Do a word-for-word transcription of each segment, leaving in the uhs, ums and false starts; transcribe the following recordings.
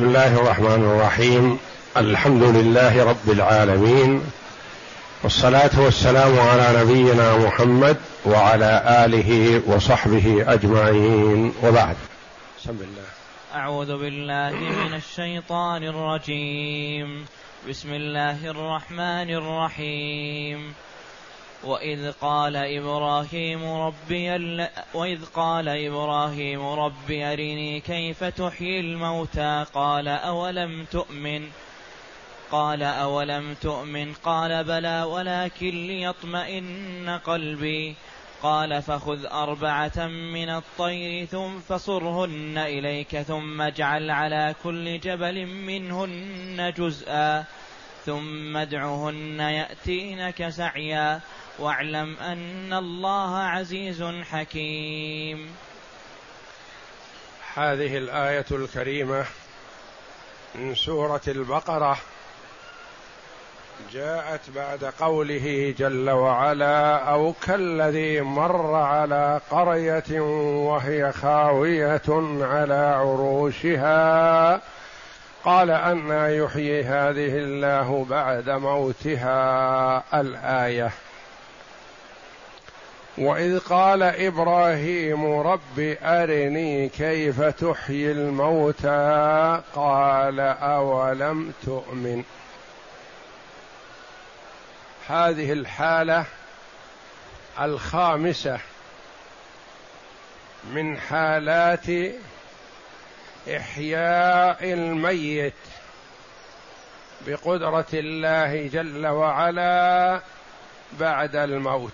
بسم الله الرحمن الرحيم. الحمد لله رب العالمين، والصلاة والسلام على نبينا محمد وعلى آله وصحبه أجمعين، وبعد. بسم الله. أعوذ بالله من الشيطان الرجيم. بسم الله الرحمن الرحيم. وإذ قال إبراهيم ربي ال... وإذ قال إبراهيم ربي أرني كيف تحيي الموتى قال أولم تؤمن قال أولم تؤمن قال بلى ولكن ليطمئن قلبي قال فخذ أربعة من الطير ثم فصرهن إليك ثم اجعل على كل جبل منهن جزءا ثم ادعهن يأتينك سعيا واعلم أن الله عزيز حكيم. هذه الآية الكريمة من سورة البقرة جاءت بعد قوله جل وعلا: أو كالذي مر على قرية وهي خاوية على عروشها قال أنى يحيي هذه الله بعد موتها. الآية. وإذ قال إبراهيم رب أرني كيف تحيي الموتى قال أولم تؤمن. هذه الحالة الخامسة من حالات إحياء الميت بقدرة الله جل وعلا بعد الموت.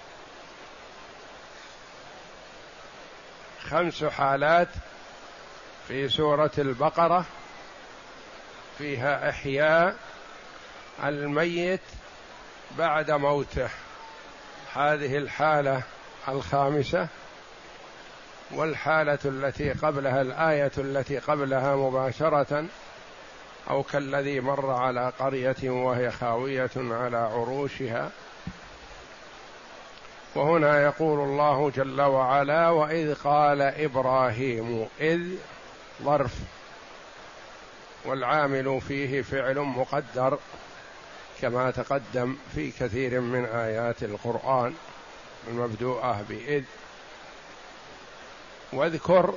خمس حالات في سورة البقرة فيها إحياء الميت بعد موته. هذه الحالة الخامسة، والحالة التي قبلها الآية التي قبلها مباشرة: أو كالذي مر على قرية وهي خاوية على عروشها. وهنا يقول الله جل وعلا: وإذ قال إبراهيم. إذ ظرف، والعامل فيه فعل مقدر كما تقدم في كثير من آيات القرآن المبدوءة بإذ. واذكر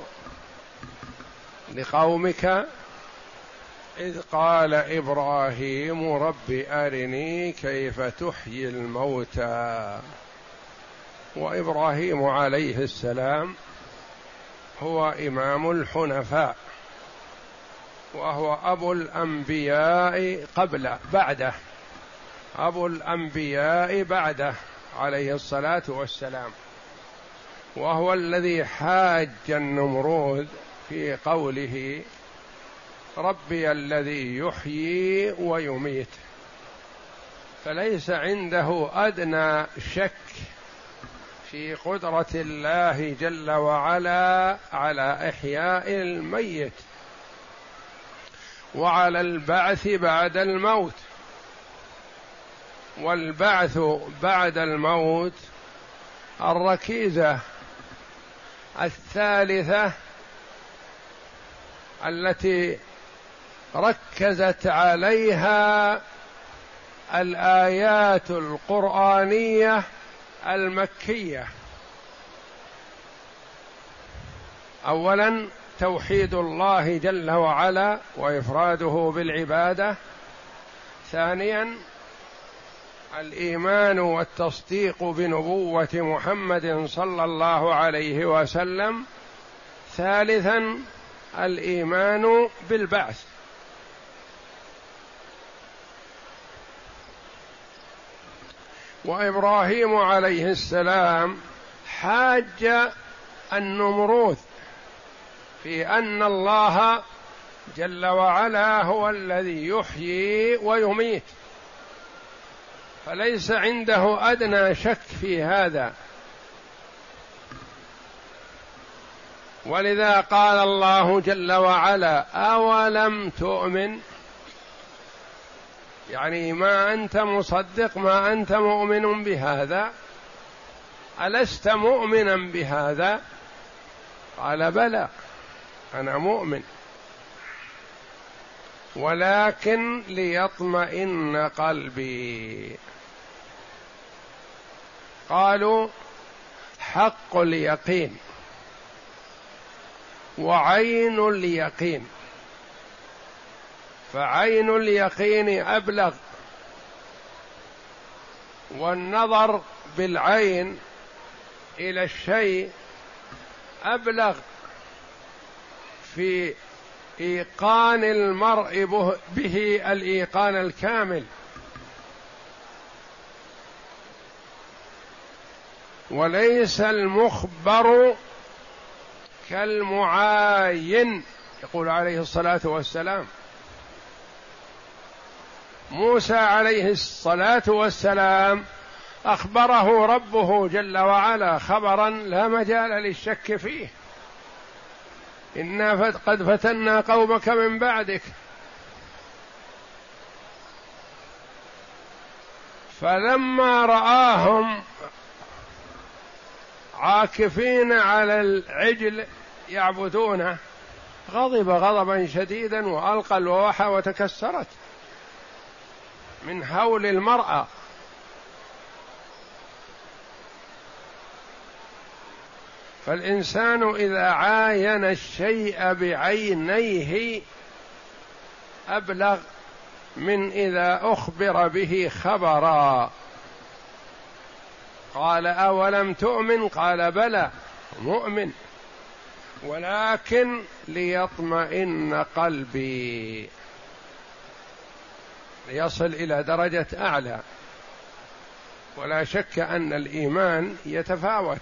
لقومك إذ قال إبراهيم رب أرني كيف تحيي الموتى. وإبراهيم عليه السلام هو إمام الحنفاء، وهو أبو الأنبياء قبله بعده أبو الأنبياء بعده عليه الصلاة والسلام، وهو الذي حاج النمرود في قوله ربي الذي يحيي ويميت. فليس عنده أدنى شك في قدرة الله جل وعلا على إحياء الميت وعلى البعث بعد الموت. والبعث بعد الموت الركيزة الثالثة التي ركزت عليها الآيات القرآنية المكية. أولا توحيد الله جل وعلا وإفراده بالعبادة. ثانيا الإيمان والتصديق بنبوة محمد صلى الله عليه وسلم. ثالثا الإيمان بالبعث. وإبراهيم عليه السلام حاج النمرود في أن الله جل وعلا هو الذي يحيي ويميت، فليس عنده أدنى شك في هذا. ولذا قال الله جل وعلا: أولم تؤمن، يعني ما أنت مصدق، ما أنت مؤمن بهذا، ألست مؤمنا بهذا؟ قال: بلى أنا مؤمن. ولكن ليطمئن قلبي. قالوا حق اليقين وعين اليقين، فعين اليقين أبلغ، والنظر بالعين إلى الشيء أبلغ في إيقان المرء به الإيقان الكامل، وليس المخبر كالمعاين، يقول عليه الصلاة والسلام. موسى عليه الصلاة والسلام أخبره ربه جل وعلا خبرا لا مجال للشك فيه: إنا قد فتنا قومك من بعدك. فلما رآهم عاكفين على العجل يعبدونه غضب غضبا شديدا وألقى الألواح وتكسرت من هول المرأة. فالإنسان إذا عاين الشيء بعينيه أبلغ من إذا أخبر به خبرا. قال أولم تؤمن؟ قال بلى مؤمن، ولكن ليطمئن قلبي، ليصل إلى درجة أعلى. ولا شك أن الإيمان يتفاوت،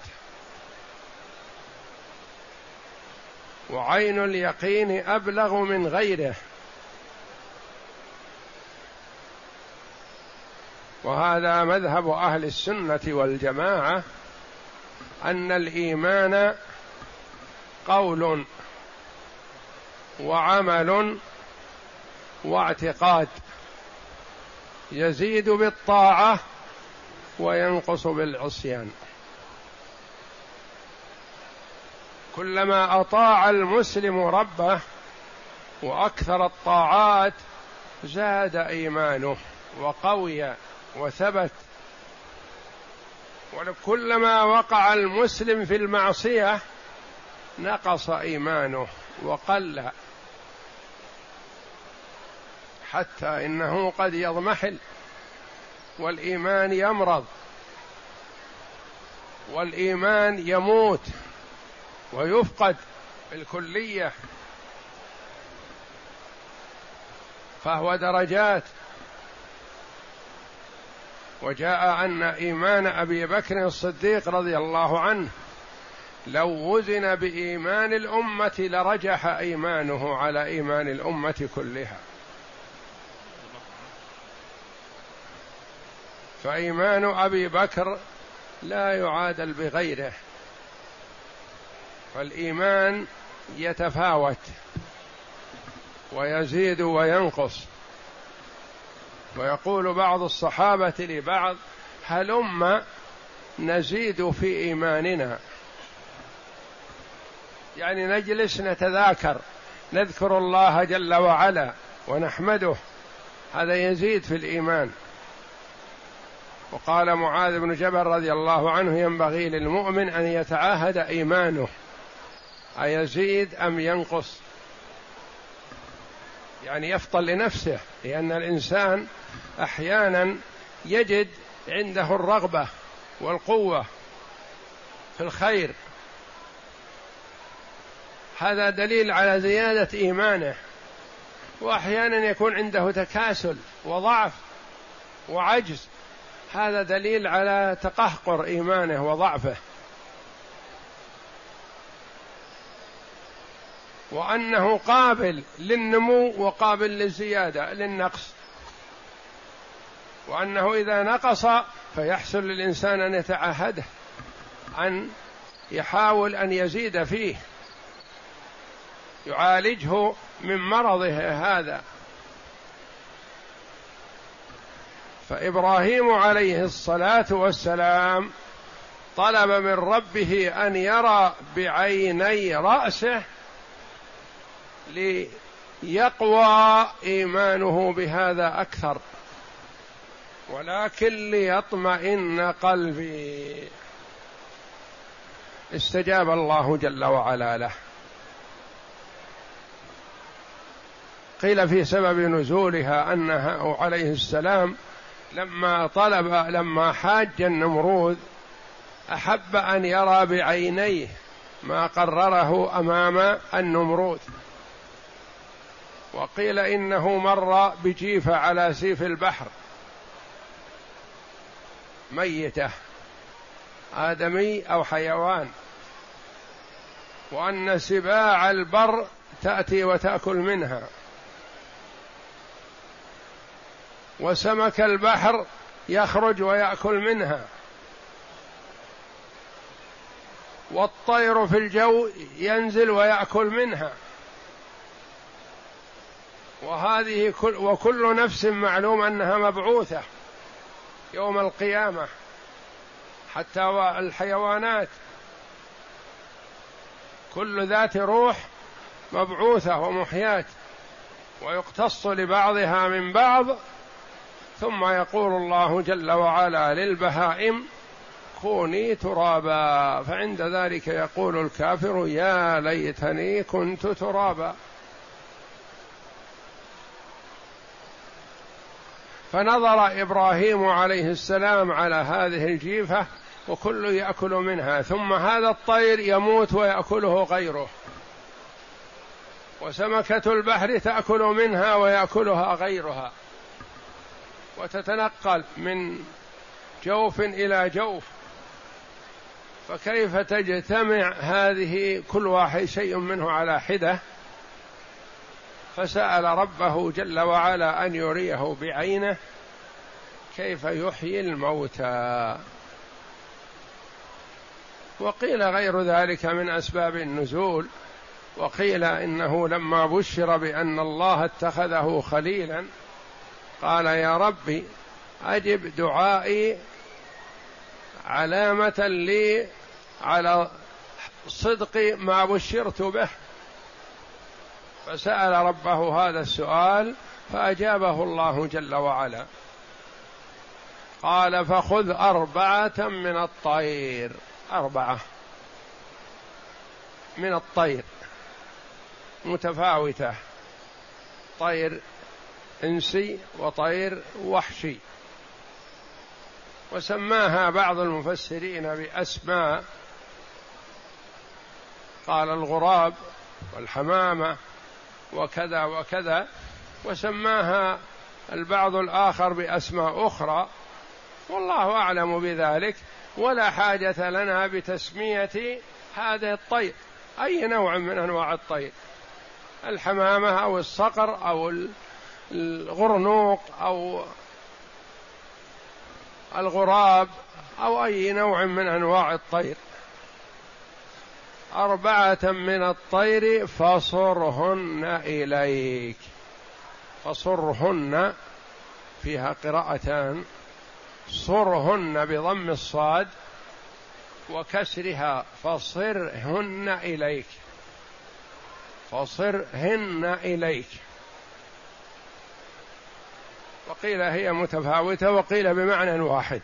وعين اليقين أبلغ من غيره. وهذا مذهب أهل السنة والجماعة، أن الإيمان قول وعمل واعتقاد، يزيد بالطاعة وينقص بالعصيان. كلما أطاع المسلم ربه وأكثر الطاعات زاد إيمانه وقوي وثبت، وكلما وقع المسلم في المعصية نقص إيمانه وقل، حتى إنه قد يضمحل والإيمان يمرض والإيمان يموت ويفقد بالكلية. فهو درجات. وجاء أن إيمان أبي بكر الصديق رضي الله عنه لو وزن بإيمان الأمة لرجح إيمانه على إيمان الأمة كلها. فإيمان أبي بكر لا يعادل بغيره، فالإيمان يتفاوت ويزيد وينقص. ويقول بعض الصحابة لبعض: هلم نزيد في إيماننا، يعني نجلس نتذاكر، نذكر الله جل وعلا ونحمده، هذا يزيد في الإيمان. وقال معاذ بن جبل رضي الله عنه: ينبغي للمؤمن أن يتعاهد إيمانه أيزيد أم ينقص، يعني يفطن لنفسه، لأن الإنسان أحيانا يجد عنده الرغبة والقوة في الخير، هذا دليل على زيادة إيمانه. وأحيانا يكون عنده تكاسل وضعف وعجز، هذا دليل على تقهقر إيمانه وضعفه، وأنه قابل للنمو وقابل للزيادة للنقص، وأنه إذا نقص فيحسن للإنسان أن يتعهده، أن يحاول أن يزيد فيه، يعالجه من مرضه هذا. فإبراهيم عليه الصلاة والسلام طلب من ربه أن يرى بعيني رأسه يقوى إيمانه بهذا أكثر، ولكن ليطمئن قلبي. استجاب الله جل وعلا له. قيل في سبب نزولها أنها عليه السلام لما طلب لما حاج النمرود أحب أن يرى بعينيه ما قرره أمام النمرود. وقيل إنه مر بجيفة على سيف البحر ميتة، آدمي أو حيوان، وأن سباع البر تأتي وتأكل منها، وسمك البحر يخرج ويأكل منها، والطير في الجو ينزل ويأكل منها، وهذه كل وكل نفس معلوم أنها مبعوثة يوم القيامة، حتى الحيوانات كل ذات روح مبعوثة ومحياة، ويقتص لبعضها من بعض. ثم يقول الله جل وعلا للبهائم كوني ترابا، فعند ذلك يقول الكافر يا ليتني كنت ترابا. فنظر إبراهيم عليه السلام على هذه الجيفة وكل يأكل منها، ثم هذا الطير يموت ويأكله غيره، وسمكة البحر تأكل منها ويأكلها غيرها، وتتنقل من جوف إلى جوف، فكيف تجتمع هذه كل واحد شيء منه على حدة؟ فسأل ربه جل وعلا أن يريه بعينه كيف يحيي الموتى. وقيل غير ذلك من أسباب النزول، وقيل إنه لما بشر بأن الله اتخذه خليلا قال يا ربي أجب دعائي علامة لي على صدق ما بشرت به، فسأل ربه هذا السؤال فأجابه الله جل وعلا. قال فخذ أربعة من الطير، أربعة من الطير متفاوتة، طير إنسي وطير وحشي، وسماها بعض المفسرين بأسماء، قال الغراب والحمامة وكذا وكذا، وسماها البعض الآخر بأسماء أخرى، والله أعلم بذلك، ولا حاجة لنا بتسمية هذا الطير أي نوع من أنواع الطير، الحمامة أو الصقر أو الغرنوق أو الغراب أو أي نوع من أنواع الطير. أربعة من الطير فصرهن إليك، فصرهن فيها قراءتان، صرهن بضم الصاد وكسرها، فصرهن إليك، فصرهن إليك. وقيل هي متفاوتة وقيل بمعنى واحد.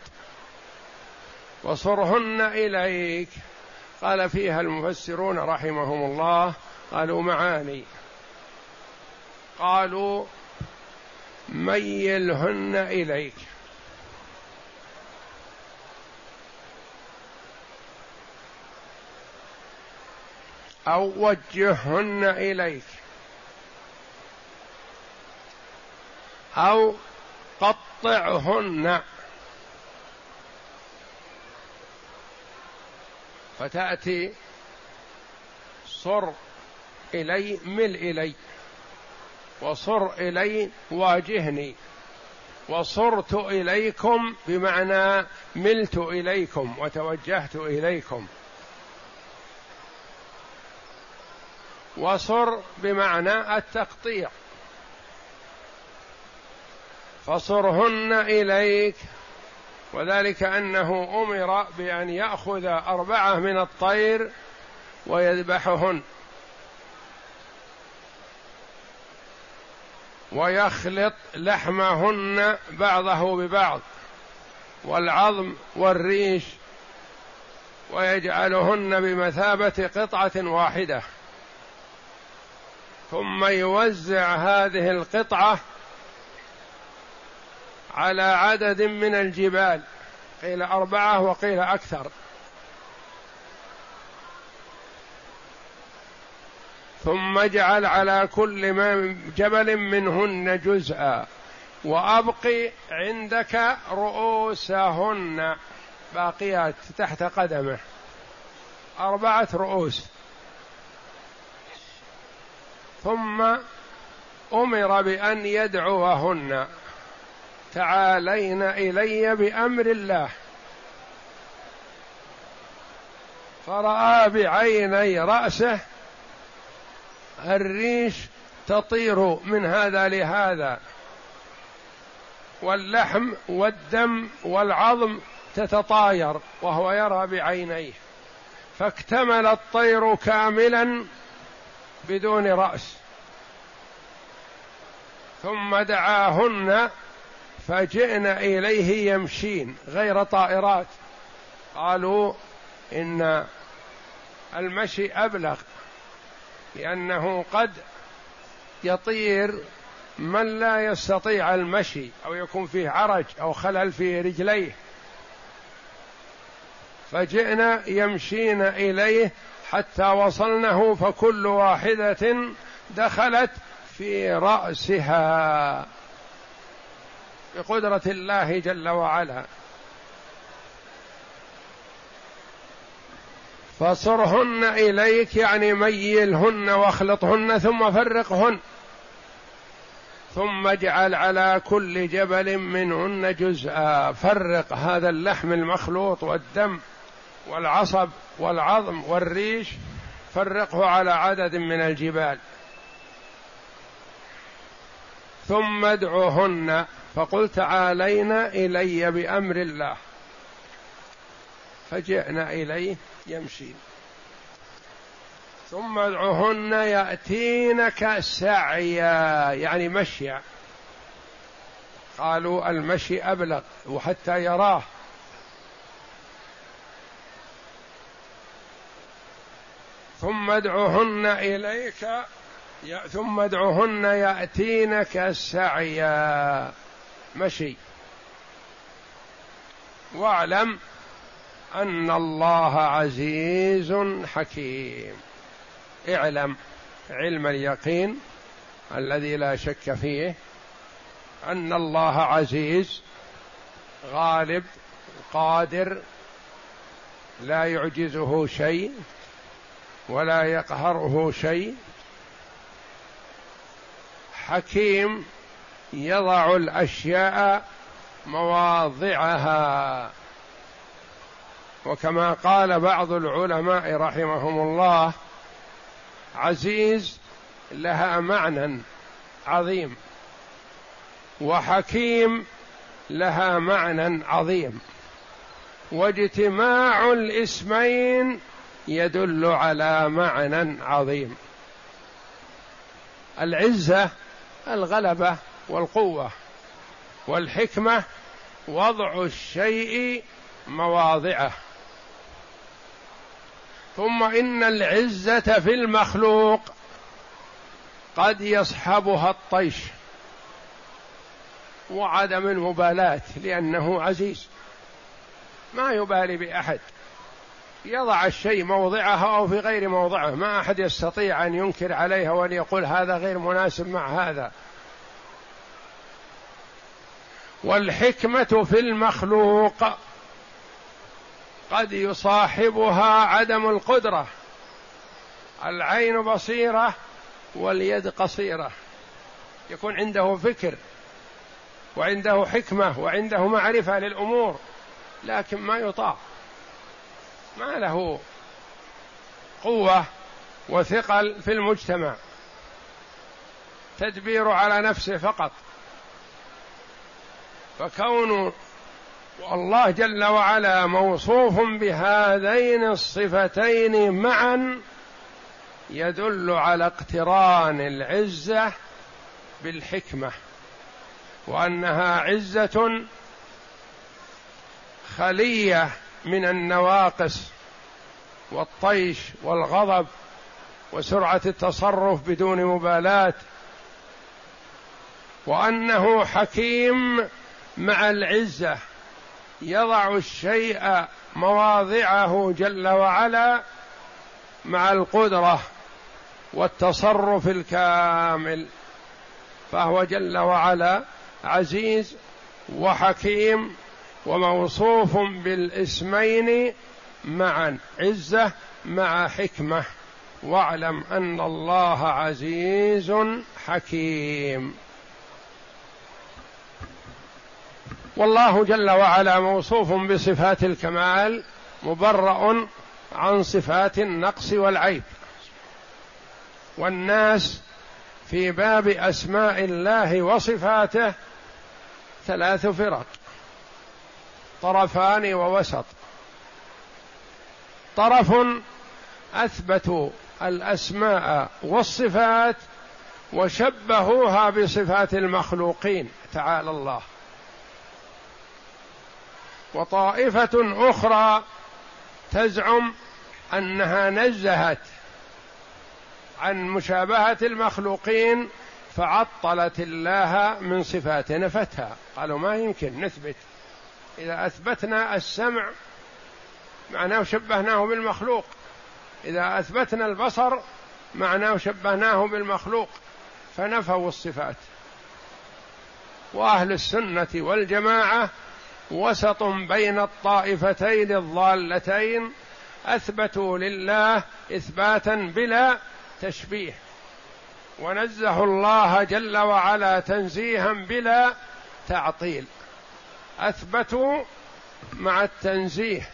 وصرهن إليك قال فيها المفسرون رحمهم الله قالوا معاني، قالوا ميلهن إليك، أو وجههن إليك، أو قطعهن، فتأتي صر إلي مل إلي، وصر إلي واجهني، وصرت إليكم بمعنى ملت إليكم وتوجهت إليكم، وصر بمعنى التقطيع، فصرهن إليك، وذلك أنه أمر بأن يأخذ أربعة من الطير ويذبحهن، ويخلط لحمهن بعضه ببعض والعظم والريش ويجعلهن بمثابة قطعة واحدة، ثم يوزع هذه القطعة على عدد من الجبال، قيل أربعة وقيل أكثر، ثم اجعل على كل جبل منهن جزءا، وأبق عندك رؤوسهن باقيات تحت قدمه، أربعة رؤوس. ثم أمر بأن يدعوهن تعالين إلي بأمر الله، فرأى بعيني رأسه الريش تطير من هذا لهذا، واللحم والدم والعظم تتطاير وهو يرى بعينيه، فاكتمل الطير كاملا بدون رأس. ثم دعاهن فجئن إليه يمشين غير طائرات، قالوا إن المشي أبلغ، لأنه قد يطير من لا يستطيع المشي أو يكون فيه عرج أو خلل في رجليه، فجئنا يمشين إليه حتى وصلنه، فكل واحدة دخلت في رأسها بقدرة الله جل وعلا. فصرهن إليك يعني ميلهن واخلطهن ثم فرقهن، ثم اجعل على كل جبل منهن جزءا، فرق هذا اللحم المخلوط والدم والعصب والعظم والريش، فرقه على عدد من الجبال، ثم ادعوهن فقل تعالين إلي بأمر الله، فجئنا إليه يمشي، ثم ادعوهن يأتينك سعيا يعني مشيا، قالوا المشي أبلغ وحتى يراه، ثم ادعوهن إليك ثم ادعوهن يأتينك سعيا مشي. واعلم أن الله عزيز حكيم، اعلم علم اليقين الذي لا شك فيه أن الله عزيز غالب قادر، لا يعجزه شيء ولا يقهره شيء، حكيم يضع الأشياء مواضعها، وكما قال بعض العلماء رحمهم الله عزيز لها معنى عظيم، وحكيم لها معنى عظيم، واجتماع الاسمين يدل على معنى عظيم. العزة الغلبة والقوة، والحكمة وضع الشيء مواضعه. ثم إن العزة في المخلوق قد يصحبها الطيش وعدم المبالاة، لأنه عزيز ما يبالي بأحد، يضع الشيء موضعه أو في غير موضعه، ما أحد يستطيع أن ينكر عليها وأن يقول هذا غير مناسب مع هذا. والحكمة في المخلوق قد يصاحبها عدم القدرة، العين بصيرة واليد قصيرة، يكون عنده فكر وعنده حكمة وعنده معرفة للأمور، لكن ما يطاع، ما له قوة وثقل في المجتمع، تدبير على نفسه فقط. فكون الله جل وعلا موصوف بهذين الصفتين معا يدل على اقتران العزة بالحكمة، وأنها عزة خلية من النواقص والطيش والغضب وسرعة التصرف بدون مبالاة، وأنه حكيم مع العزة يضع الشيء مواضعه جل وعلا مع القدرة والتصرف الكامل، فهو جل وعلا عزيز وحكيم وموصوف بالاسمين معا، عزة مع حكمة. واعلم أن الله عزيز حكيم. والله جل وعلا موصوف بصفات الكمال مبرأ عن صفات النقص والعيب. والناس في باب أسماء الله وصفاته ثلاث فرق، طرفان ووسط. طرف أثبتوا الأسماء والصفات وشبهوها بصفات المخلوقين تعالى الله، وطائفة أخرى تزعم أنها نزهت عن مشابهة المخلوقين فعطلت الله من صفاته، نفتها، قالوا ما يمكن نثبت، إذا أثبتنا السمع معناه شبهناه بالمخلوق، إذا أثبتنا البصر معناه شبهناه بالمخلوق، فنفوا الصفات. وأهل السنة والجماعة وسط بين الطائفتين الضالتين، أثبتوا لله إثباتا بلا تشبيه، ونزهوا الله جل وعلا تنزيها بلا تعطيل، أثبتوا مع التنزيه،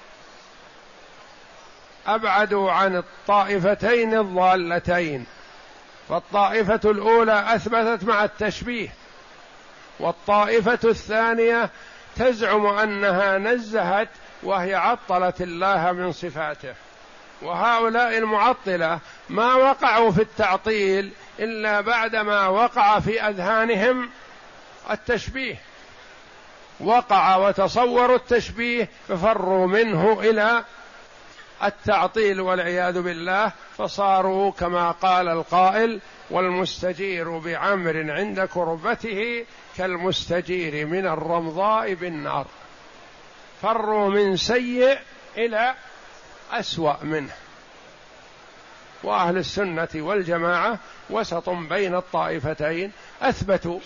أبعدوا عن الطائفتين الضالتين. فالطائفة الأولى أثبتت مع التشبيه، والطائفة الثانية تزعم أنها نزهت وهي عطلت الله من صفاته. وهؤلاء المعطلة ما وقعوا في التعطيل إلا بعدما وقع في أذهانهم التشبيه، وقع وتصوروا التشبيه ففروا منه إلى التعطيل والعياذ بالله، فصاروا كما قال القائل: والمستجير بعمر عند كربته كالمستجير من الرمضاء بالنار. فروا من سيء إلى أسوأ منه. وأهل السنة والجماعة وسط بين الطائفتين، أثبتوا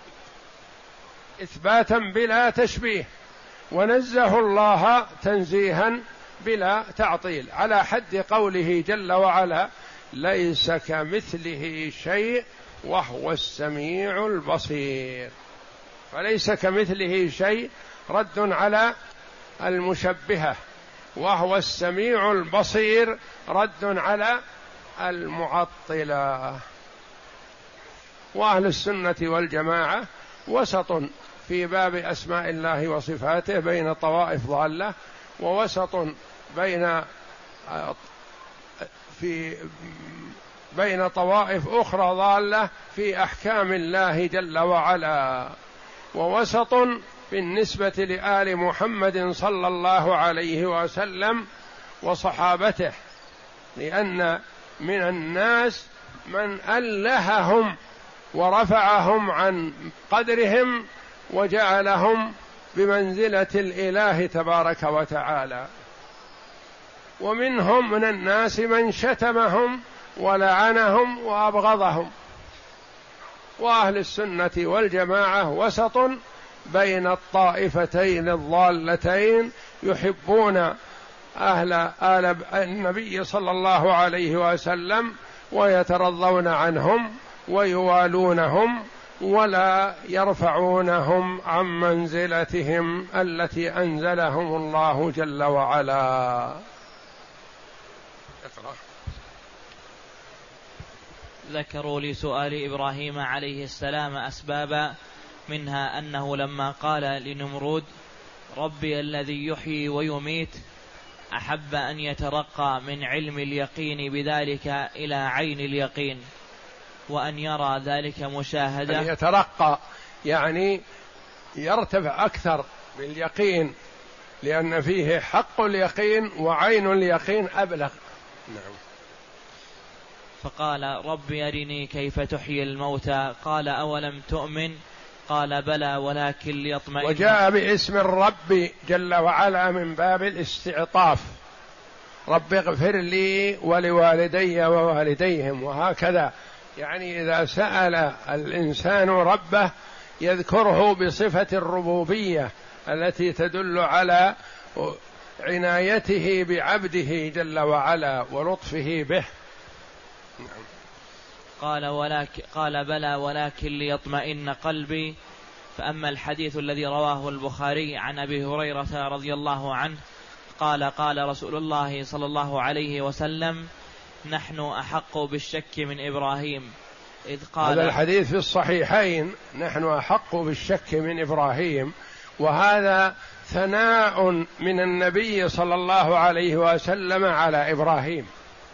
إثباتا بلا تشبيه، ونزهوا الله تنزيها بلا تعطيل، على حد قوله جل وعلا: ليس كمثله شيء وهو السميع البصير. فليس كمثله شيء رد على المشبهة، وهو السميع البصير رد على المعطلة. وأهل السنة والجماعة وسط في باب أسماء الله وصفاته بين طوائف ضالة، ووسط بين في بين طوائف أخرى ضالة في أحكام الله جل وعلا، ووسط بالنسبة لآل محمد صلى الله عليه وسلم وصحابته، لأن من الناس من ألههم ورفعهم عن قدرهم وجعلهم بمنزلة الإله تبارك وتعالى، ومنهم من الناس من شتمهم ولعنهم وأبغضهم. وأهل السنة والجماعة وسط بين الطائفتين الضالتين، يحبون أهل آل النبي صلى الله عليه وسلم ويترضون عنهم ويوالونهم، ولا يرفعونهم عن منزلتهم التي أنزلهم الله جل وعلا. اقرأ. ذكروا لسؤال إبراهيم عليه السلام أسبابا، منها أنه لما قال لنمرود: ربي الذي يحيي ويميت، أحب أن يترقى من علم اليقين بذلك إلى عين اليقين، وأن يرى ذلك مشاهدة، أن يترقى يعني يرتفع أكثر باليقين، لأن فيه حق اليقين وعين اليقين أبلغ. نعم. فقال رب أرني كيف تحيي الموتى قال أولم تؤمن قال بلى ولكن ليطمئن. وجاء باسم الرب جل وعلا من باب الاستعطاف، رب اغفر لي ولوالدي ووالديهم، وهكذا يعني إذا سأل الإنسان ربه يذكره بصفة الربوبية التي تدل على عنايته بعبده جل وعلا ولطفه به. قال ولكن قال بلى ولكن ليطمئن قلبي. فأما الحديث الذي رواه البخاري عن أبي هريرة رضي الله عنه قال قال رسول الله صلى الله عليه وسلم نحن أحق بالشك من إبراهيم إذ قال. هذا الحديث في الصحيحين، نحن أحق بالشك من إبراهيم، وهذا ثناء من النبي صلى الله عليه وسلم على إبراهيم،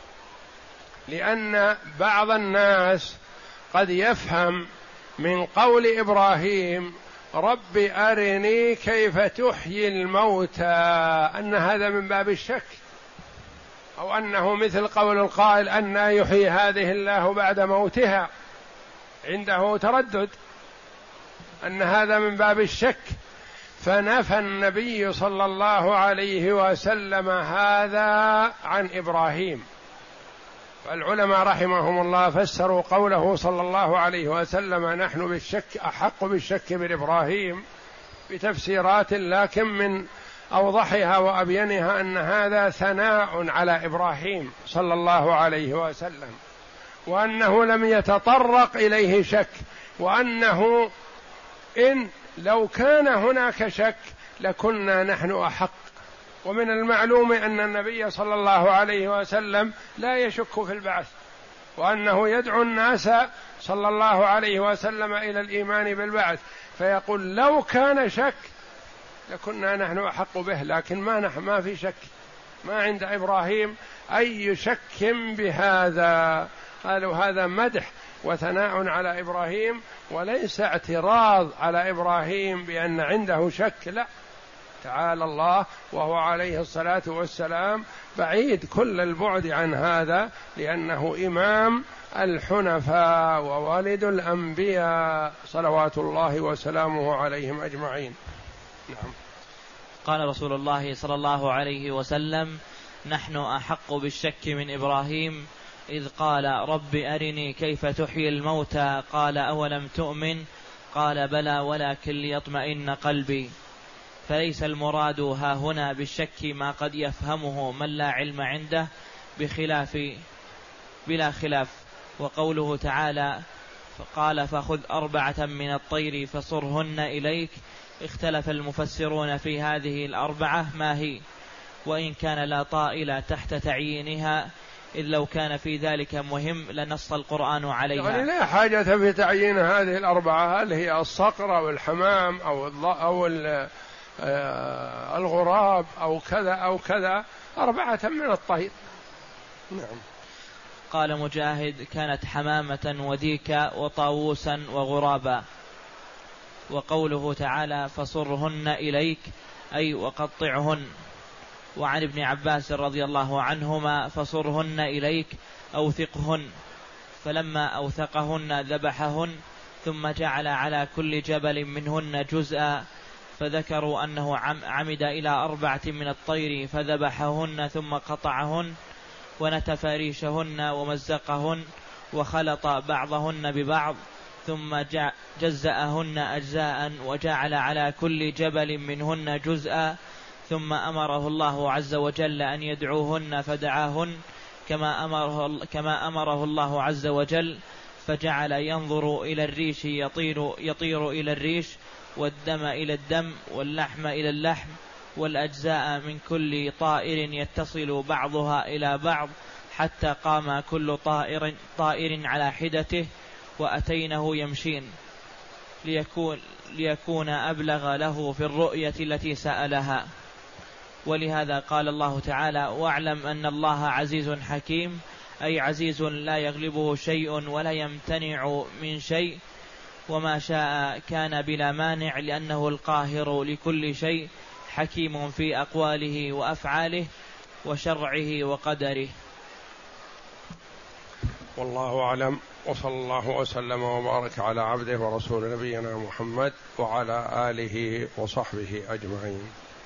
لأن بعض الناس قد يفهم من قول إبراهيم رب أرني كيف تحيي الموتى أن هذا من باب الشك، أو أنه مثل قول القائل أن يحيي هذه الله بعد موتها، عنده تردد أن هذا من باب الشك، فنفى النبي صلى الله عليه وسلم هذا عن إبراهيم. فالعلماء رحمهم الله فسروا قوله صلى الله عليه وسلم نحن بالشك أحق بالشك من إبراهيم بتفسيرات، لكن من أوضحها وأبينها أن هذا ثناء على إبراهيم صلى الله عليه وسلم، وأنه لم يتطرق إليه شك، وأنه إن لو كان هناك شك لكنا نحن أحق. ومن المعلوم أن النبي صلى الله عليه وسلم لا يشك في البعث، وأنه يدعو الناس صلى الله عليه وسلم إلى الإيمان بالبعث، فيقول لو كان شك لكنا نحن أحق به، لكن ما نحن ما في شك، ما عند إبراهيم أي شك بهذا. قالوا هذا مدح وثناء على إبراهيم، وليس اعتراض على إبراهيم بأن عنده شك، لا، تعالى الله وهو عليه الصلاة والسلام بعيد كل البعد عن هذا، لأنه إمام الحنفاء ووالد الأنبياء صلوات الله وسلامه عليهم أجمعين. نعم. قال رسول الله صلى الله عليه وسلم نحن أحق بالشك من إبراهيم إذ قال رب أرني كيف تحيي الموتى قال أولم تؤمن قال بلى ولكن ليطمئن قلبي. فليس المراد ها هنا بالشك ما قد يفهمه من لا علم عنده بخلاف بلا خلاف. وقوله تعالى قال فخذ أربعة من الطير فصرهن إليك، اختلف المفسرون في هذه الأربعة ما هي، وإن كان لا طائل تحت تعيينها، إذ لو كان في ذلك مهم لنص القرآن عليها. يعني لا حاجة في تعيين هذه الأربعة، هل هي الصقر أو الحمام أو أو الغراب أو كذا أو كذا، أربعة من الطير. نعم. قال مجاهد كانت حمامة وديكا وطاووسا وغرابا. وقوله تعالى فصرهن إليك أي وقطعهن. وعن ابن عباس رضي الله عنهما فصرهن إليك أوثقهن، فلما أوثقهن ذبحهن ثم جعل على كل جبل منهن جزءا، فذكروا أنه عمد إلى أربعة من الطير فذبحهن ثم قطعهن ونتف ريشهن ومزقهن وخلط بعضهن ببعض ثم جزأهن أجزاء وجعل على كل جبل منهن جزءا، ثم أمره الله عز وجل أن يدعوهن فدعاهن كما أمره, كما أمره الله عز وجل، فجعل ينظر إلى الريش يطير, يطير إلى الريش، والدم إلى الدم، واللحم إلى اللحم، والأجزاء من كل طائر يتصل بعضها إلى بعض، حتى قام كل طائر, طائر على حدته وأتينه يمشين ليكون, ليكون أبلغ له في الرؤية التي سألها. ولهذا قال الله تعالى واعلم أن الله عزيز حكيم، أي عزيز لا يغلبه شيء ولا يمتنع من شيء، وما شاء كان بلا مانع، لأنه القاهر لكل شيء، حكيم في أقواله وأفعاله وشرعه وقدره. والله أعلم، وصلى الله وسلم وبارك على عبده ورسول نبينا محمد وعلى آله وصحبه أجمعين.